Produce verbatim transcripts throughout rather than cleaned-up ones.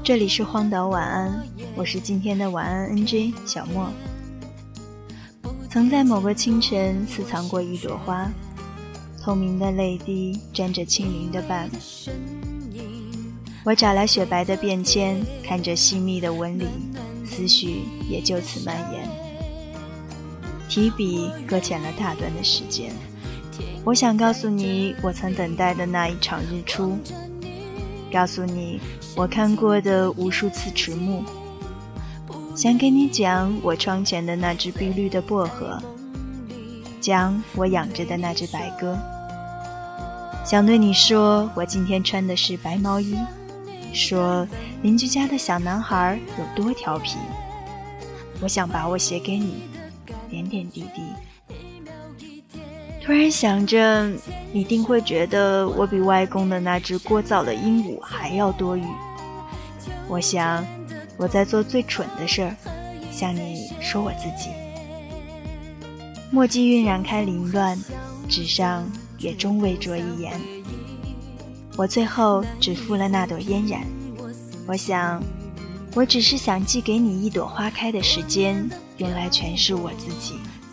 这里是荒岛晚安，我是今天的晚安 N J 小莫。曾在某个清晨私藏过一朵花，透明的泪滴沾着清灵的瓣。我找来雪白的便签，看着细密的纹理，思绪也就此蔓延。提笔搁浅了大段的时间，我想告诉你我曾等待的那一场日出，告诉你我看过的无数次迟暮，想给你讲我窗前的那只碧绿的薄荷，讲我养着的那只白鸽，想对你说我今天穿的是白毛衣，说邻居家的小男孩有多调皮，我想把我写给你，点点滴滴。突然想着你一定会觉得我比外公的那只聒噪的鹦鹉还要多余，我想我在做最蠢的事儿，向你说我自己。墨迹晕染开凌乱，纸上也终未着一言，我最后只附了那朵嫣然。我想我只是想寄给你一朵花开的时间，用来诠释我自己。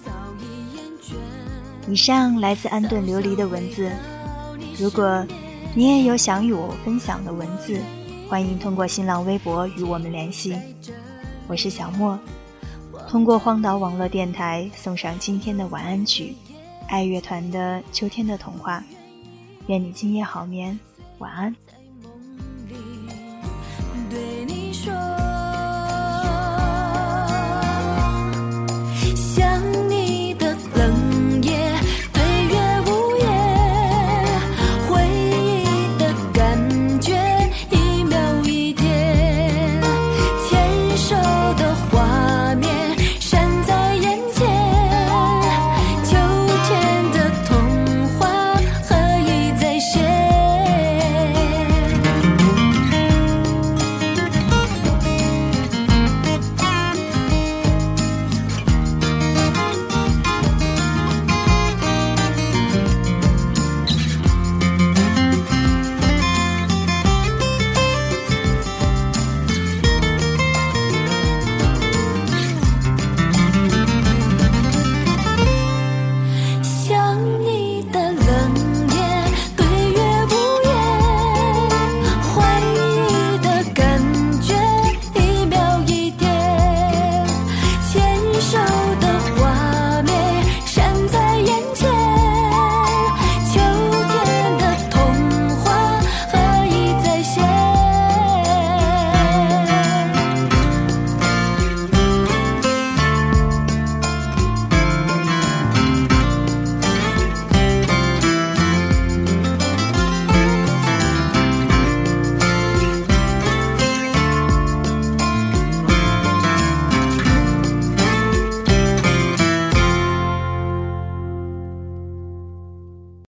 以上来自安顿琉璃的文字，如果你也有想与我分享的文字，欢迎通过新浪微博与我们联系。我是小莫，通过荒岛网络电台送上今天的晚安曲，爱乐团的秋天的童话。愿你今夜好眠，晚安。